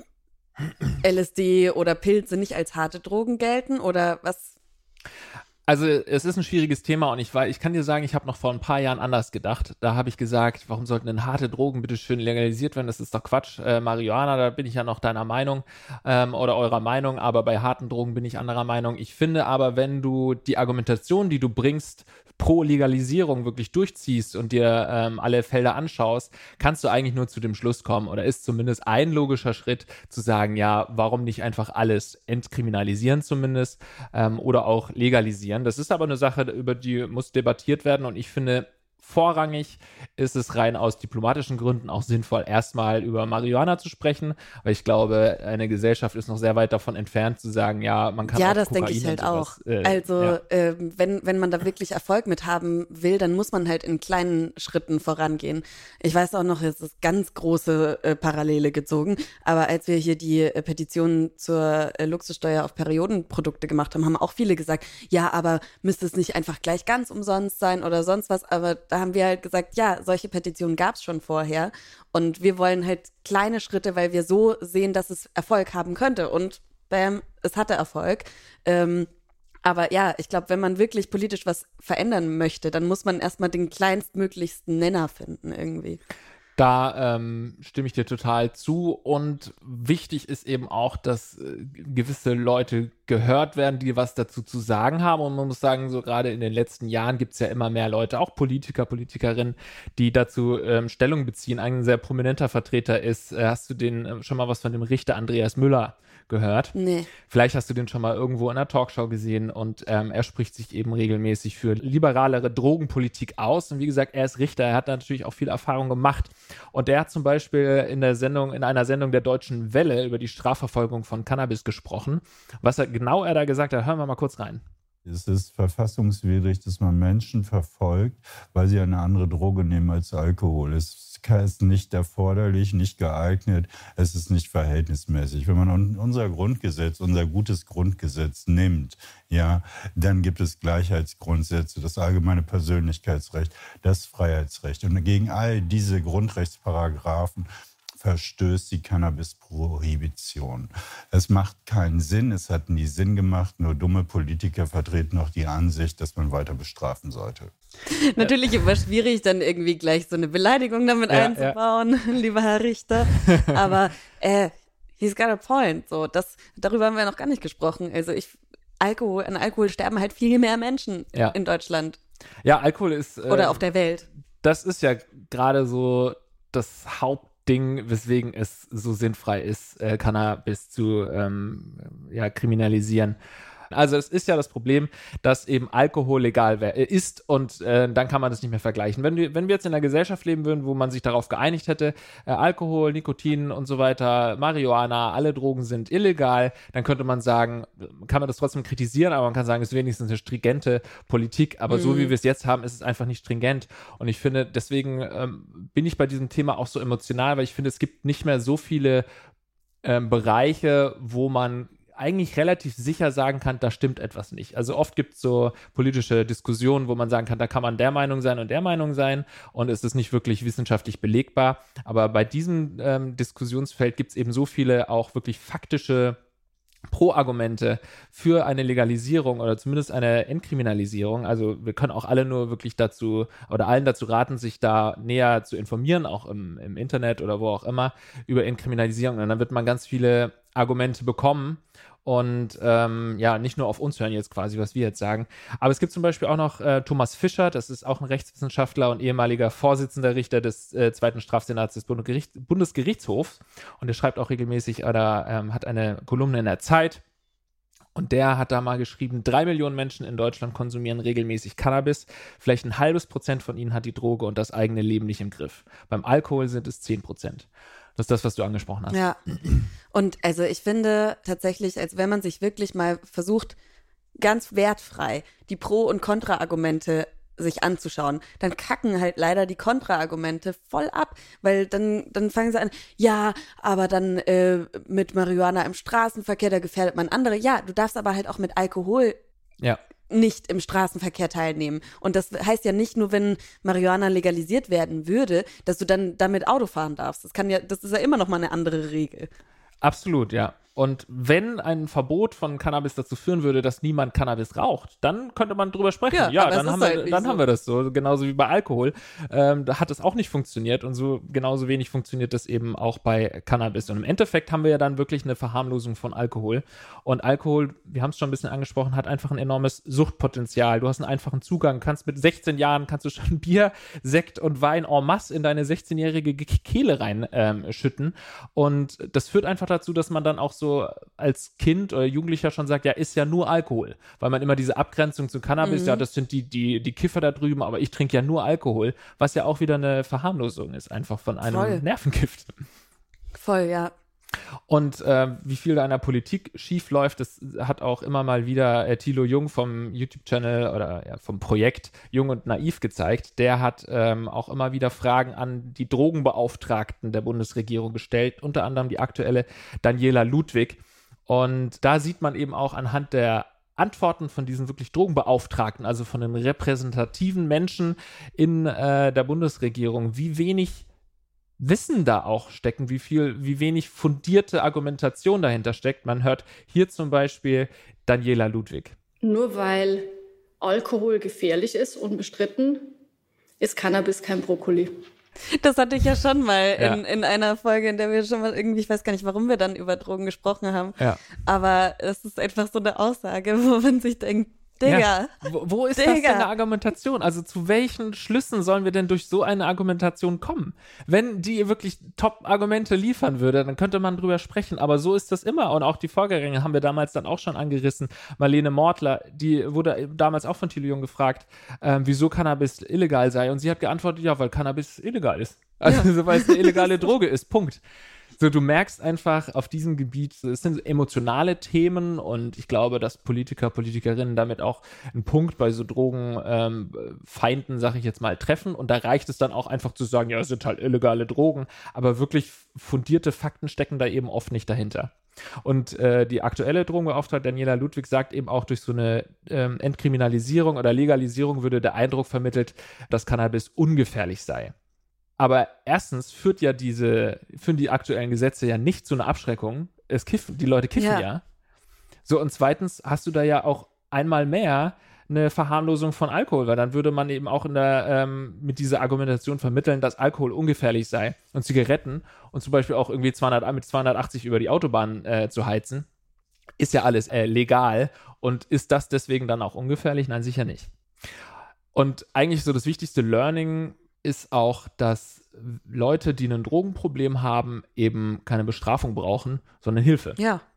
C: L S D oder Pilze nicht als harte Drogen gelten oder was?
D: Also es ist ein schwieriges Thema und ich, war, ich kann dir sagen, ich habe noch vor ein paar Jahren anders gedacht. Da habe ich gesagt, warum sollten denn harte Drogen bitte schön legalisiert werden? Das ist doch Quatsch. Äh, Marihuana, da bin ich ja noch deiner Meinung ähm, oder eurer Meinung, aber bei harten Drogen bin ich anderer Meinung. Ich finde aber, wenn du die Argumentation, die du bringst, pro Legalisierung wirklich durchziehst und dir ähm, alle Felder anschaust, kannst du eigentlich nur zu dem Schluss kommen oder ist zumindest ein logischer Schritt zu sagen, ja, warum nicht einfach alles entkriminalisieren zumindest ähm, oder auch legalisieren. Das ist aber eine Sache, über die muss debattiert werden und ich finde, vorrangig ist es rein aus diplomatischen Gründen auch sinnvoll, erstmal über Marihuana zu sprechen, weil ich glaube, eine Gesellschaft ist noch sehr weit davon entfernt zu sagen, ja, man kann
C: ja,
D: auch
C: das
D: Kokain
C: denke ich halt
D: sowas,
C: auch.
D: Äh,
C: also
D: ja.
C: äh, wenn, wenn man da wirklich Erfolg mit haben will, dann muss man halt in kleinen Schritten vorangehen. Ich weiß auch noch, es ist ganz große äh, Parallele gezogen, aber als wir hier die äh, Petition zur äh, Luxussteuer auf Periodenprodukte gemacht haben, haben auch viele gesagt, ja, aber müsste es nicht einfach gleich ganz umsonst sein oder sonst was, aber da haben wir halt gesagt, ja, solche Petitionen gab es schon vorher und wir wollen halt kleine Schritte, weil wir so sehen, dass es Erfolg haben könnte und bam, es hatte Erfolg. Ähm, aber ja, ich glaube, wenn man wirklich politisch was verändern möchte, dann muss man erstmal den kleinstmöglichsten Nenner finden irgendwie.
D: Da ähm, stimme ich dir total zu und wichtig ist eben auch, dass äh, gewisse Leute gehört werden, die was dazu zu sagen haben und man muss sagen, so gerade in den letzten Jahren gibt es ja immer mehr Leute, auch Politiker, Politikerinnen, die dazu ähm, Stellung beziehen. Ein sehr prominenter Vertreter ist, äh, hast du den äh, schon mal was von dem Richter Andreas Müller gehört?
C: Nee.
D: Vielleicht hast du den schon mal irgendwo in einer Talkshow gesehen und ähm, er spricht sich eben regelmäßig für liberalere Drogenpolitik aus und wie gesagt, er ist Richter, er hat natürlich auch viel Erfahrung gemacht und er hat zum Beispiel in der Sendung, in einer Sendung der Deutschen Welle über die Strafverfolgung von Cannabis gesprochen. Was er genau er da gesagt hat, hören wir mal kurz rein.
E: Es ist verfassungswidrig, dass man Menschen verfolgt, weil sie eine andere Droge nehmen als Alkohol. Es ist nicht erforderlich, nicht geeignet, es ist nicht verhältnismäßig. Wenn man unser Grundgesetz, unser gutes Grundgesetz nimmt, ja, dann gibt es Gleichheitsgrundsätze, das allgemeine Persönlichkeitsrecht, das Freiheitsrecht. Und gegen all diese Grundrechtsparagraphen verstößt die Cannabis-Prohibition. Es macht keinen Sinn, es hat nie Sinn gemacht, nur dumme Politiker vertreten noch die Ansicht, dass man weiter bestrafen sollte.
C: Natürlich immer schwierig, dann irgendwie gleich so eine Beleidigung damit ja, einzubauen, ja. Lieber Herr Richter. Aber äh, he's got a point. So, das, darüber haben wir noch gar nicht gesprochen. Also ich, Alkohol, an Alkohol sterben halt viel mehr Menschen ja. in Deutschland.
D: Ja, Alkohol ist... Äh,
C: Oder auf der Welt.
D: Das ist ja gerade so das Haupt Ding, weswegen es so sinnfrei ist, äh, Cannabis zu ähm, ja, kriminalisieren. Also es ist ja das Problem, dass eben Alkohol legal wär, ist und äh, dann kann man das nicht mehr vergleichen. Wenn wir, wenn wir jetzt in einer Gesellschaft leben würden, wo man sich darauf geeinigt hätte, äh, Alkohol, Nikotin und so weiter, Marihuana, alle Drogen sind illegal, dann könnte man sagen, kann man das trotzdem kritisieren, aber man kann sagen, es ist wenigstens eine stringente Politik, aber mhm. so wie wir es jetzt haben, ist es einfach nicht stringent. Und ich finde, deswegen ähm, bin ich bei diesem Thema auch so emotional, weil ich finde, es gibt nicht mehr so viele ähm, Bereiche, wo man eigentlich relativ sicher sagen kann, da stimmt etwas nicht. Also oft gibt es so politische Diskussionen, wo man sagen kann, da kann man der Meinung sein und der Meinung sein und es ist nicht wirklich wissenschaftlich belegbar. Aber bei diesem ähm, Diskussionsfeld gibt es eben so viele auch wirklich faktische Pro-Argumente für eine Legalisierung oder zumindest eine Entkriminalisierung. Also wir können auch alle nur wirklich dazu oder allen dazu raten, sich da näher zu informieren, auch im, im Internet oder wo auch immer, über Entkriminalisierung. Und dann wird man ganz viele Argumente bekommen und ähm, ja, nicht nur auf uns hören jetzt quasi, was wir jetzt sagen. Aber es gibt zum Beispiel auch noch äh, Thomas Fischer, das ist auch ein Rechtswissenschaftler und ehemaliger Vorsitzender Richter des äh, zweiten Strafsenats des Bundesgericht, Bundesgerichtshofs und der schreibt auch regelmäßig oder ähm, hat eine Kolumne in der Zeit. Und der hat da mal geschrieben, drei Millionen Menschen in Deutschland konsumieren regelmäßig Cannabis. Vielleicht ein halbes Prozent von ihnen hat die Droge und das eigene Leben nicht im Griff. Beim Alkohol sind es zehn Prozent. Das ist das, was du angesprochen hast.
C: Ja, und also ich finde tatsächlich, als wenn man sich wirklich mal versucht, ganz wertfrei die Pro- und Kontra-Argumente sich anzuschauen, dann kacken halt leider die Kontra-Argumente voll ab, weil dann, dann fangen sie an, ja, aber dann äh, mit Marihuana im Straßenverkehr, da gefährdet man andere. Ja, du darfst aber halt auch mit Alkohol
D: ja.
C: nicht im Straßenverkehr teilnehmen. Und das heißt ja nicht nur, wenn Marihuana legalisiert werden würde, dass du dann damit Auto fahren darfst. Das kann ja, das ist ja immer noch mal eine andere Regel.
D: Absolut, ja. Und wenn ein Verbot von Cannabis dazu führen würde, dass niemand Cannabis raucht, dann könnte man drüber sprechen. Ja, ja dann, haben wir, halt dann so. haben wir das so. Genauso wie bei Alkohol. Ähm, da hat es auch nicht funktioniert und so genauso wenig funktioniert das eben auch bei Cannabis. Und im Endeffekt haben wir ja dann wirklich eine Verharmlosung von Alkohol. Und Alkohol, wir haben es schon ein bisschen angesprochen, hat einfach ein enormes Suchtpotenzial. Du hast einen einfachen Zugang. Kannst mit sechzehn Jahren kannst du schon Bier, Sekt und Wein en masse in deine sechzehnjährige Kehle reinschütten. Ähm, und das führt einfach dazu, dass man dann auch so als Kind oder Jugendlicher schon sagt, ja, ist ja nur Alkohol, weil man immer diese Abgrenzung zu Cannabis, mhm. ja, das sind die, die, die Kiffer da drüben, aber ich trinke ja nur Alkohol, was ja auch wieder eine Verharmlosung ist, einfach von einem Voll. Nervengift.
C: Voll, ja.
D: Und äh, wie viel da in der Politik schief läuft, das hat auch immer mal wieder äh, Thilo Jung vom YouTube-Channel oder ja, vom Projekt Jung und Naiv gezeigt. Der hat ähm, auch immer wieder Fragen an die Drogenbeauftragten der Bundesregierung gestellt, unter anderem die aktuelle Daniela Ludwig. Und da sieht man eben auch anhand der Antworten von diesen wirklich Drogenbeauftragten, also von den repräsentativen Menschen in äh, der Bundesregierung, wie wenig Wissen da auch stecken, wie viel, wie wenig fundierte Argumentation dahinter steckt. Man hört hier zum Beispiel Daniela Ludwig.
F: Nur weil Alkohol gefährlich ist, unbestritten, ist Cannabis kein Brokkoli.
C: Das hatte ich ja schon mal
D: ja.
C: in, in einer Folge, in der wir schon mal irgendwie, ich weiß gar nicht, warum wir dann über Drogen gesprochen haben,
D: ja.
C: aber es ist einfach so eine Aussage, wo man sich denkt, Digga.
D: Ja. Wo, wo ist
C: Digga.
D: das denn eine Argumentation? Also zu welchen Schlüssen sollen wir denn durch so eine Argumentation kommen? Wenn die wirklich Top-Argumente liefern würde, dann könnte man drüber sprechen, aber so ist das immer. Und auch die Vorgängerin haben wir damals dann auch schon angerissen. Marlene Mortler, die wurde damals auch von Thilo Jung gefragt, ähm, wieso Cannabis illegal sei. Und sie hat geantwortet, ja, weil Cannabis illegal ist. Also ja. weil es eine illegale Droge ist. Punkt. So, du merkst einfach auf diesem Gebiet, es sind emotionale Themen und ich glaube, dass Politiker, Politikerinnen damit auch einen Punkt bei so Drogenfeinden, ähm, sag ich jetzt mal, treffen und da reicht es dann auch einfach zu sagen, ja, es sind halt illegale Drogen, aber wirklich fundierte Fakten stecken da eben oft nicht dahinter. Und äh, die aktuelle Drogenbeauftragte Daniela Ludwig sagt eben auch, durch so eine ähm, Entkriminalisierung oder Legalisierung würde der Eindruck vermittelt, dass Cannabis ungefährlich sei. Aber erstens führt ja diese, führen die aktuellen Gesetze ja nicht zu einer Abschreckung. Es kiffen, die Leute kiffen ja. ja. So, und zweitens hast du da ja auch einmal mehr eine Verharmlosung von Alkohol, weil dann würde man eben auch in der, ähm, mit dieser Argumentation vermitteln, dass Alkohol ungefährlich sei und Zigaretten und zum Beispiel auch irgendwie zweihundert, mit zweihundertachtzig über die Autobahn äh, zu heizen, ist ja alles äh, legal. Und ist das deswegen dann auch ungefährlich? Nein, sicher nicht. Und eigentlich so das wichtigste Learning ist auch, dass Leute, die ein Drogenproblem haben, eben keine Bestrafung brauchen, sondern Hilfe.
C: Ja.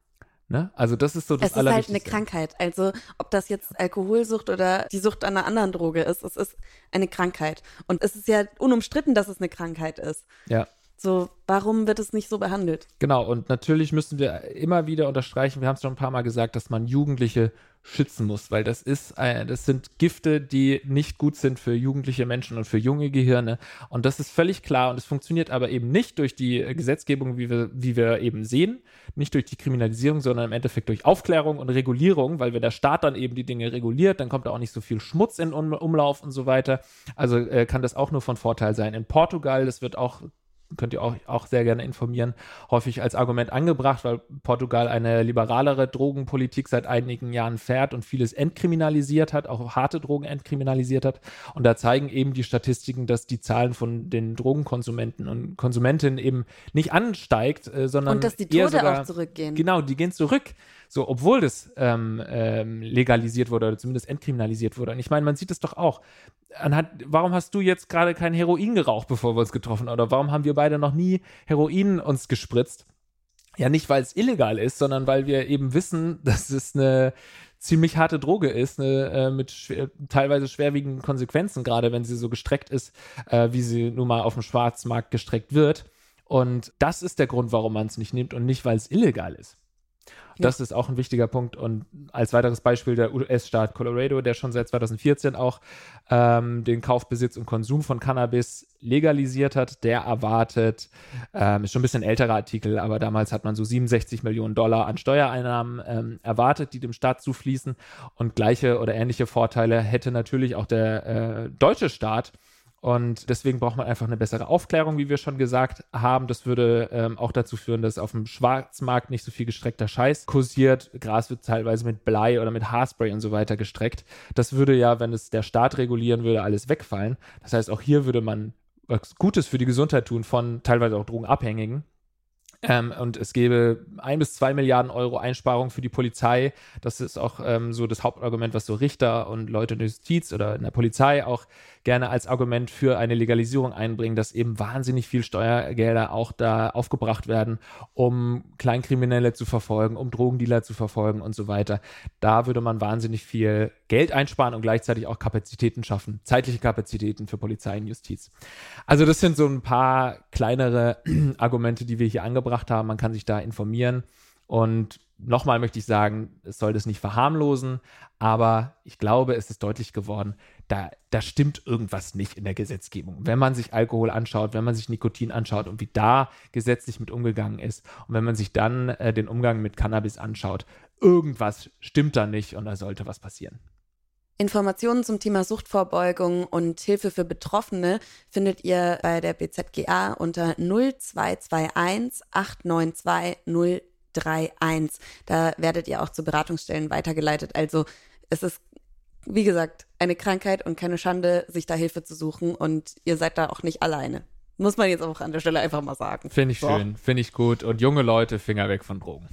D: Ne? Also das ist so das
C: Es ist halt
D: Allerwichtigste.
C: eine Krankheit. Also ob das jetzt Alkoholsucht oder die Sucht an einer anderen Droge ist, es ist eine Krankheit. Und es ist ja unumstritten, dass es eine Krankheit ist.
D: Ja.
C: So, warum wird es nicht so behandelt?
D: Genau, und natürlich müssen wir immer wieder unterstreichen, wir haben es schon ein paar Mal gesagt, dass man Jugendliche schützen muss, weil das ist, äh, das sind Gifte, die nicht gut sind für jugendliche Menschen und für junge Gehirne. Und das ist völlig klar. Und es funktioniert aber eben nicht durch die Gesetzgebung, wie wir, wie wir eben sehen, nicht durch die Kriminalisierung, sondern im Endeffekt durch Aufklärung und Regulierung, weil wenn der Staat dann eben die Dinge reguliert, dann kommt da auch nicht so viel Schmutz in um, Umlauf und so weiter. Also äh, kann das auch nur von Vorteil sein. In Portugal, das wird auch könnt ihr auch, auch sehr gerne informieren, häufig als Argument angebracht, weil Portugal eine liberalere Drogenpolitik seit einigen Jahren fährt und vieles entkriminalisiert hat, auch harte Drogen entkriminalisiert hat. Und da zeigen eben die Statistiken, dass die Zahlen von den Drogenkonsumenten und Konsumentinnen eben nicht ansteigt, äh, sondern
C: und dass die
D: eher
C: Tode
D: sogar,
C: auch zurückgehen.
D: Genau, die gehen zurück. So, obwohl das ähm, ähm, legalisiert wurde oder zumindest entkriminalisiert wurde. Und ich meine, man sieht es doch auch. Anhand, warum hast du jetzt gerade kein Heroin geraucht, bevor wir uns getroffen haben? Oder warum haben wir beide noch nie Heroin uns gespritzt? Ja, nicht, weil es illegal ist, sondern weil wir eben wissen, dass es eine ziemlich harte Droge ist, eine, äh, mit schwer, teilweise schwerwiegenden Konsequenzen, gerade wenn sie so gestreckt ist, äh, wie sie nun mal auf dem Schwarzmarkt gestreckt wird. Und das ist der Grund, warum man es nicht nimmt und nicht, weil es illegal ist. Das ist auch ein wichtiger Punkt. Und als weiteres Beispiel der U S-Staat Colorado, der schon seit zweitausendvierzehn auch ähm, den Kauf, Besitz und Konsum von Cannabis legalisiert hat, der erwartet, ähm, ist schon ein bisschen älterer Artikel, aber damals hat man so siebenundsechzig Millionen Dollar an Steuereinnahmen ähm, erwartet, die dem Staat zufließen. Und gleiche oder ähnliche Vorteile hätte natürlich auch der äh, deutsche Staat. Und deswegen braucht man einfach eine bessere Aufklärung, wie wir schon gesagt haben. Das würde ähm, auch dazu führen, dass auf dem Schwarzmarkt nicht so viel gestreckter Scheiß kursiert. Gras wird teilweise mit Blei oder mit Haarspray und so weiter gestreckt. Das würde ja, wenn es der Staat regulieren würde, alles wegfallen. Das heißt, auch hier würde man was Gutes für die Gesundheit tun von teilweise auch Drogenabhängigen. Ähm, und es gäbe ein bis zwei Milliarden Euro Einsparung für die Polizei. Das ist auch ähm, so das Hauptargument, was so Richter und Leute in der Justiz oder in der Polizei auch gerne als Argument für eine Legalisierung einbringen, dass eben wahnsinnig viel Steuergelder auch da aufgebracht werden, um Kleinkriminelle zu verfolgen, um Drogendealer zu verfolgen und so weiter. Da würde man wahnsinnig viel Geld einsparen und gleichzeitig auch Kapazitäten schaffen, zeitliche Kapazitäten für Polizei und Justiz. Also das sind so ein paar kleinere Argumente, die wir hier angebracht haben. Man kann sich da informieren. Und nochmal möchte ich sagen, es soll das nicht verharmlosen, aber ich glaube, es ist deutlich geworden, da, da stimmt irgendwas nicht in der Gesetzgebung. Wenn man sich Alkohol anschaut, wenn man sich Nikotin anschaut und wie da gesetzlich mit umgegangen ist und wenn man sich dann äh, den Umgang mit Cannabis anschaut, irgendwas stimmt da nicht und da sollte was passieren.
C: Informationen zum Thema Suchtvorbeugung und Hilfe für Betroffene findet ihr bei der B Z G A unter null zwei zwei eins acht neun zwei null drei eins. Da werdet ihr auch zu Beratungsstellen weitergeleitet. Also es ist, wie gesagt, eine Krankheit und keine Schande, sich da Hilfe zu suchen und ihr seid da auch nicht alleine. Muss man jetzt auch an der Stelle einfach mal sagen.
D: Finde ich so. Schön, finde ich gut. Und junge Leute, Finger weg von Drogen.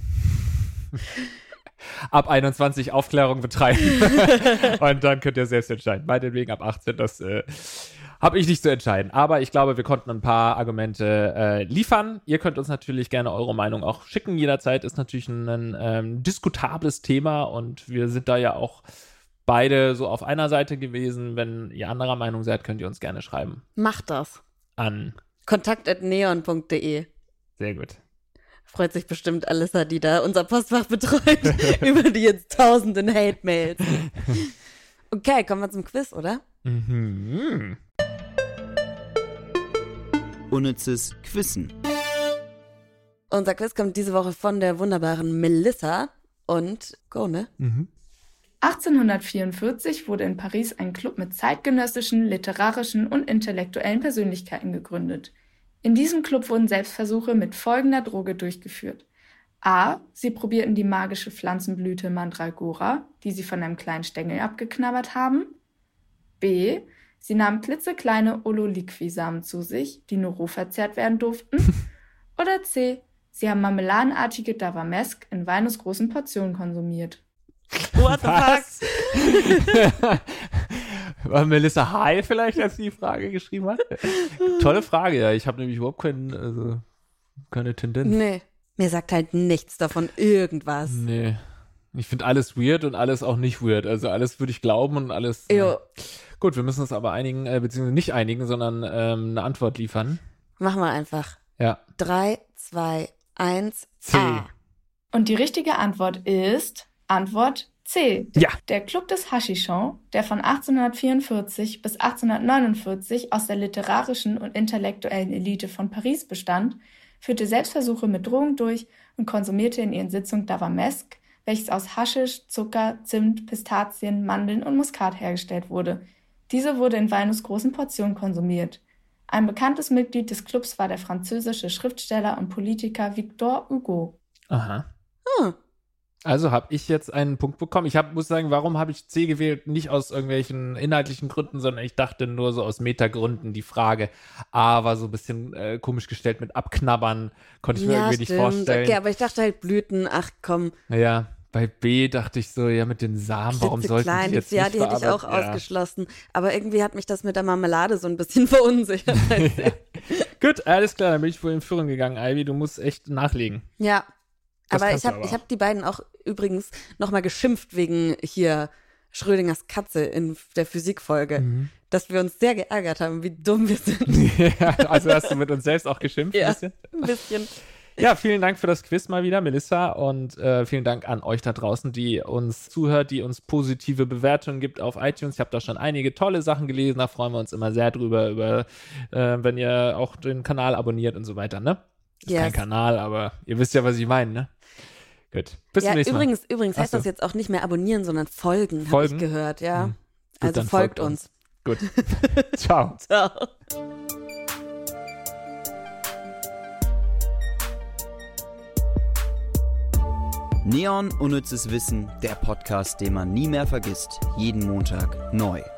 D: Ab einundzwanzig Aufklärung betreiben und dann könnt ihr selbst entscheiden. Meinetwegen ab achtzehn, das äh, habe ich nicht zu entscheiden. Aber ich glaube, wir konnten ein paar Argumente äh, liefern. Ihr könnt uns natürlich gerne eure Meinung auch schicken. Jederzeit ist natürlich ein, ein ähm, diskutables Thema und wir sind da ja auch beide so auf einer Seite gewesen. Wenn ihr anderer Meinung seid, könnt ihr uns gerne schreiben.
C: Macht das.
D: An
C: kontakt at neon punkt de.
D: Sehr gut.
C: Freut sich bestimmt Alissa, die da unser Postfach betreut, über die jetzt tausenden Hate-Mails. Okay, kommen wir zum Quiz, oder?
D: Mhm.
B: Unnützes Quissen.
C: Unser Quiz kommt diese Woche von der wunderbaren Melissa und go, ne?
D: Mhm.
G: achtzehnhundertvierundvierzig wurde in Paris ein Club mit zeitgenössischen, literarischen und intellektuellen Persönlichkeiten gegründet. In diesem Club wurden Selbstversuche mit folgender Droge durchgeführt. A. Sie probierten die magische Pflanzenblüte Mandragora, die sie von einem kleinen Stängel abgeknabbert haben. B. Sie nahmen klitzekleine Ololiqui-Samen zu sich, die nur roh verzehrt werden durften. Oder C. Sie haben marmeladenartige Davamesque in weinesgroßen Portionen konsumiert.
C: What the fuck?
D: War Melissa High vielleicht, als sie die Frage geschrieben hat? Tolle Frage, ja. Ich habe nämlich überhaupt kein, also, keine Tendenz.
C: Nee. Mir sagt halt nichts davon irgendwas.
D: Nee. Ich finde alles weird und alles auch nicht weird. Also alles würde ich glauben und alles.
C: Jo.
D: Äh, gut, wir müssen uns aber einigen, äh, beziehungsweise nicht einigen, sondern ähm, eine Antwort liefern.
C: Machen wir einfach.
D: Ja.
C: Drei, zwei, eins,
D: C.
C: A.
G: Und die richtige Antwort ist Antwort C.
D: Ja.
G: Der Club des Haschichons, der von achtzehnhundertvierundvierzig bis achtzehnhundertneunundvierzig aus der literarischen und intellektuellen Elite von Paris bestand, führte Selbstversuche mit Drogen durch und konsumierte in ihren Sitzungen Davamesk, welches aus Haschisch, Zucker, Zimt, Pistazien, Mandeln und Muskat hergestellt wurde. Diese wurde in walnussgroßen Portionen konsumiert. Ein bekanntes Mitglied des Clubs war der französische Schriftsteller und Politiker Victor Hugo.
D: Aha.
C: Hm.
D: Also habe ich jetzt einen Punkt bekommen. Ich hab, muss sagen, warum habe ich C gewählt? Nicht aus irgendwelchen inhaltlichen Gründen, sondern ich dachte nur so aus Metagründen. Die Frage A war so ein bisschen äh, komisch gestellt mit Abknabbern. Konnte ich mir
C: Ja,
D: irgendwie
C: stimmt.
D: nicht vorstellen.
C: Okay, aber ich dachte halt Blüten, ach komm.
D: Naja, bei B dachte ich so, ja, mit den Samen, warum sollten
C: klein,
D: die jetzt
C: ja,
D: nicht
C: die hätte ich auch
D: verarbeitet- ja.
C: ausgeschlossen. Aber irgendwie hat mich das mit der Marmelade so ein bisschen verunsichert.
D: ja. Gut, alles klar, dann bin ich wohl in Führung gegangen, Ivy. Du musst echt nachlegen.
C: Ja,
D: Das
C: aber
D: kannst
C: ich
D: du
C: habe
D: aber
C: ich hab die beiden auch übrigens nochmal geschimpft wegen hier Schrödingers Katze in der Physikfolge,
D: Mhm.
C: dass wir uns sehr geärgert haben, wie dumm wir sind.
D: ja, also hast du mit uns selbst auch geschimpft
C: Ja.
D: ein bisschen?
C: Ein bisschen.
D: Ja, vielen Dank für das Quiz mal wieder, Melissa. Und äh, vielen Dank an euch da draußen, die uns zuhört, die uns positive Bewertungen gibt auf iTunes. Ich habe da schon einige tolle Sachen gelesen. Da freuen wir uns immer sehr drüber, über, äh, wenn ihr auch den Kanal abonniert und so weiter, ne? Ist
C: Yes.
D: kein Kanal, aber ihr wisst ja, was ich meine, ne? Gut. Bis
C: Ja,
D: zum nächsten
C: übrigens, übrigens
D: Ach
C: heißt
D: so.
C: das jetzt auch nicht mehr abonnieren, sondern folgen, habe ich
D: Folgen?
C: gehört, ja.
D: Hm. Gut,
C: also
D: dann
C: folgt
D: folgt
C: uns.
D: Mal. Gut. Ciao.
C: Ciao.
B: Neon Unnützes Wissen, der Podcast, den man nie mehr vergisst. Jeden Montag neu.